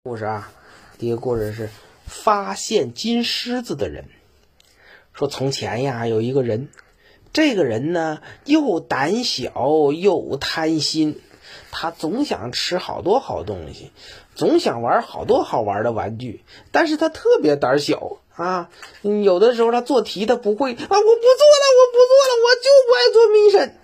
故事啊，第一个故事是发现金狮子的人。说从前呀，有一个人，这个人呢又胆小又贪心，他总想吃好多好东西，总想玩好多好玩的玩具，但是他特别胆小啊。有的时候他做题他不会啊，我不做了，我就不爱做谜神。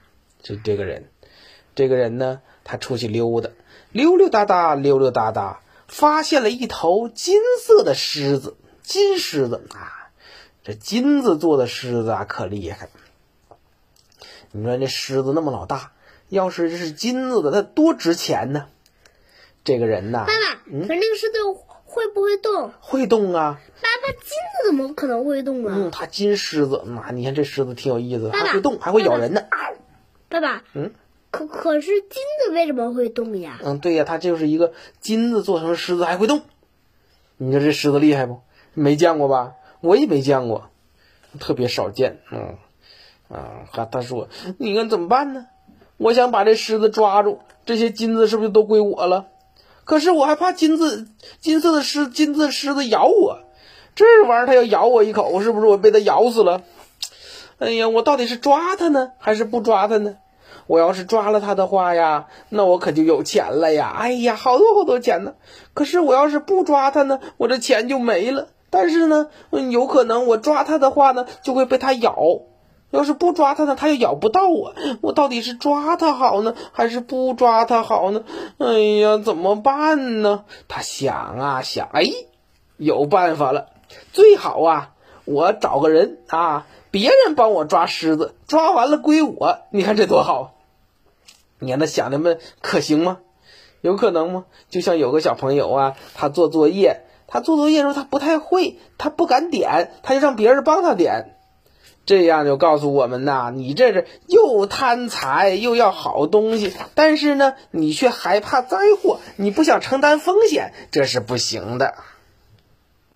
这个人呢，他出去溜达，溜溜达达，发现了一头金色的狮子，金狮子啊，这金子做的狮子啊，可厉害。你说这狮子那么老大，要是这是金子的，它多值钱呢？这个人呐， 爸爸，可是那个狮子会不会动？ 会动啊。 爸爸，金子怎么可能会动啊？ 它金狮子，你看这狮子挺有意思， 爸爸还会动，还会咬人呢。 爸爸，可是金子为什么会动呀？ 对呀，它就是一个金子做成狮子还会动。你说这狮子厉害不？没见过吧？我也没见过，特别少见。他说你看怎么办呢？我想把这狮子抓住，这些金子是不是都归我了？可是我还怕金色的狮子咬我，这玩意儿它要咬我一口，是不是我被它咬死了？哎呀，我到底是抓它呢，还是不抓它呢？我要是抓了它的话呀，那我可就有钱了呀！哎呀，好多钱呢。可是我要是不抓它呢，我这钱就没了。但是呢，有可能我抓它的话呢，就会被它咬。要是不抓它呢，它又咬不到我。我到底是抓它好呢，还是不抓它好呢？哎呀，怎么办呢？他想啊想，哎，有办法了。最好啊，我找个人啊，别人帮我抓狮子，抓完了归我。你看这多好！你看他想的们可行吗？有可能吗？就像有个小朋友啊，他做作业的时候他不太会，他不敢点，他就让别人帮他点。这样就告诉我们呐，你这是又贪财又要好东西，但是呢，你却害怕灾祸，你不想承担风险，这是不行的。